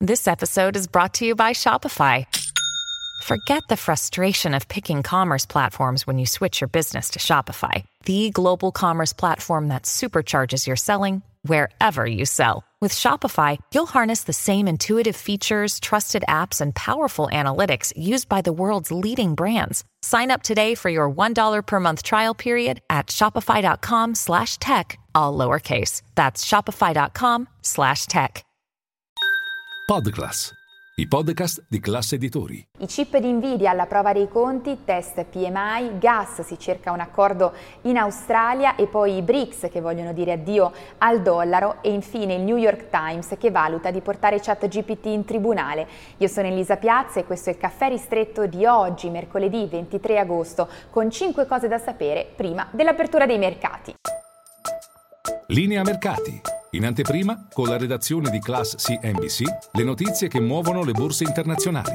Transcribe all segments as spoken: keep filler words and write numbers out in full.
This episode is brought to you by Shopify. Forget the frustration of picking commerce platforms when you switch your business to Shopify, the global commerce platform that supercharges your selling wherever you sell. With Shopify, you'll harness the same intuitive features, trusted apps, and powerful analytics used by the world's leading brands. Sign up today for your one dollar per month trial period at shopify.com slash tech, all lowercase. That's shopify.com slash tech. Podclass, i podcast di Class Editori. I chip di Nvidia alla prova dei conti, test P M I, gas si cerca un accordo in Australia e poi i B R I C S che vogliono dire addio al dollaro e infine il New York Times che valuta di portare ChatGPT in tribunale. Io sono Elisa Piazza e questo è il caffè ristretto di oggi, mercoledì ventitré agosto, con cinque cose da sapere prima dell'apertura dei mercati. Linea mercati. In anteprima, con la redazione di Class C N B C, le notizie che muovono le borse internazionali.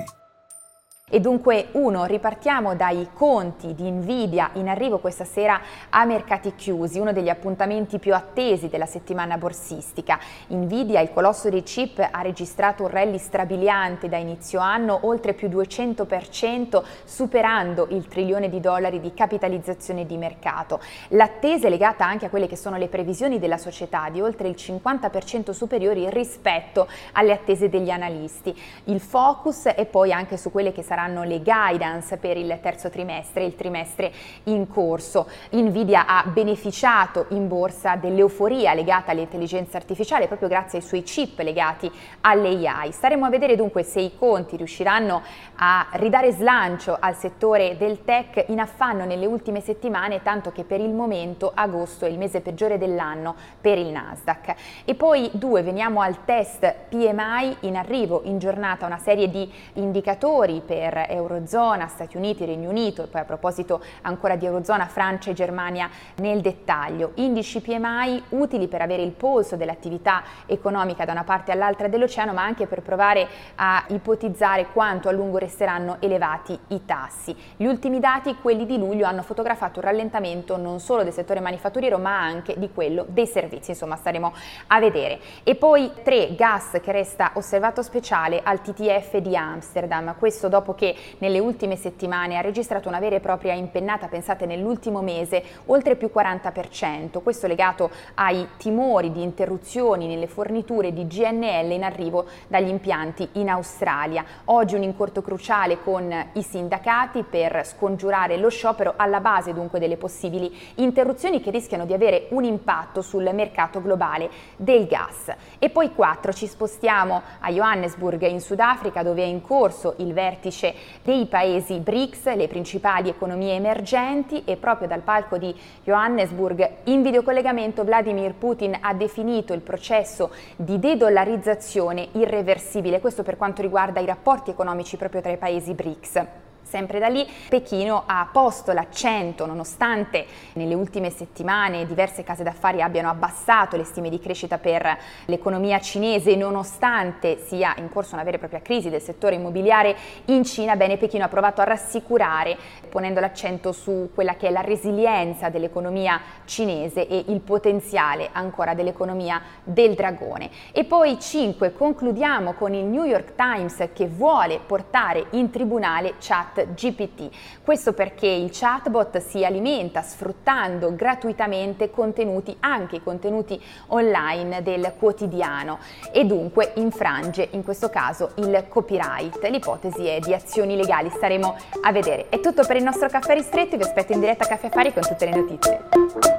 E dunque, uno, ripartiamo dai conti di Nvidia in arrivo questa sera a mercati chiusi, uno degli appuntamenti più attesi della settimana borsistica. Nvidia, il colosso dei chip, ha registrato un rally strabiliante da inizio anno, oltre più duecento per cento, superando il trilione di dollari di capitalizzazione di mercato. L'attesa è legata anche a quelle che sono le previsioni della società, di oltre il cinquanta per cento superiori rispetto alle attese degli analisti. Il focus è poi anche su quelle che saranno saranno le guidance per il terzo trimestre, il trimestre in corso. Nvidia ha beneficiato in borsa dell'euforia legata all'intelligenza artificiale proprio grazie ai suoi chip legati all'A I. Staremo a vedere dunque se i conti riusciranno a ridare slancio al settore del tech in affanno nelle ultime settimane, tanto che per il momento agosto è il mese peggiore dell'anno per il Nasdaq. E poi due, veniamo al test P M I, in arrivo in giornata una serie di indicatori per Eurozona, Stati Uniti, Regno Unito e poi a proposito ancora di Eurozona, Francia e Germania nel dettaglio. Indici P M I utili per avere il polso dell'attività economica da una parte all'altra dell'oceano, ma anche per provare a ipotizzare quanto a lungo resteranno elevati i tassi. Gli ultimi dati, quelli di luglio, hanno fotografato un rallentamento non solo del settore manifatturiero ma anche di quello dei servizi, insomma staremo a vedere. E poi tre, gas che resta osservato speciale al T T F di Amsterdam, questo dopo che nelle ultime settimane ha registrato una vera e propria impennata, pensate nell'ultimo mese, oltre più quaranta per cento, questo legato ai timori di interruzioni nelle forniture di G N L in arrivo dagli impianti in Australia. Oggi un incontro cruciale con i sindacati per scongiurare lo sciopero, alla base dunque delle possibili interruzioni che rischiano di avere un impatto sul mercato globale del gas. E poi quattro, ci spostiamo a Johannesburg in Sudafrica, dove è in corso il vertice dei paesi B R I C S, le principali economie emergenti, e proprio dal palco di Johannesburg in videocollegamento Vladimir Putin ha definito il processo di de-dollarizzazione irreversibile, questo per quanto riguarda i rapporti economici proprio tra i paesi B R I C S. Sempre da lì Pechino ha posto l'accento, nonostante nelle ultime settimane diverse case d'affari abbiano abbassato le stime di crescita per l'economia cinese, nonostante sia in corso una vera e propria crisi del settore immobiliare in Cina. Bene, Pechino ha provato a rassicurare, ponendo l'accento su quella che è la resilienza dell'economia cinese e il potenziale ancora dell'economia del dragone. E poi cinque, concludiamo con il New York Times che vuole portare in tribunale Chat G P T. Questo perché il chatbot si alimenta sfruttando gratuitamente contenuti, anche i contenuti online del quotidiano, e dunque infrange in questo caso il copyright. L'ipotesi è di azioni legali, staremo a vedere. È tutto per il nostro caffè ristretto, vi aspetto in diretta a Caffè Affari con tutte le notizie.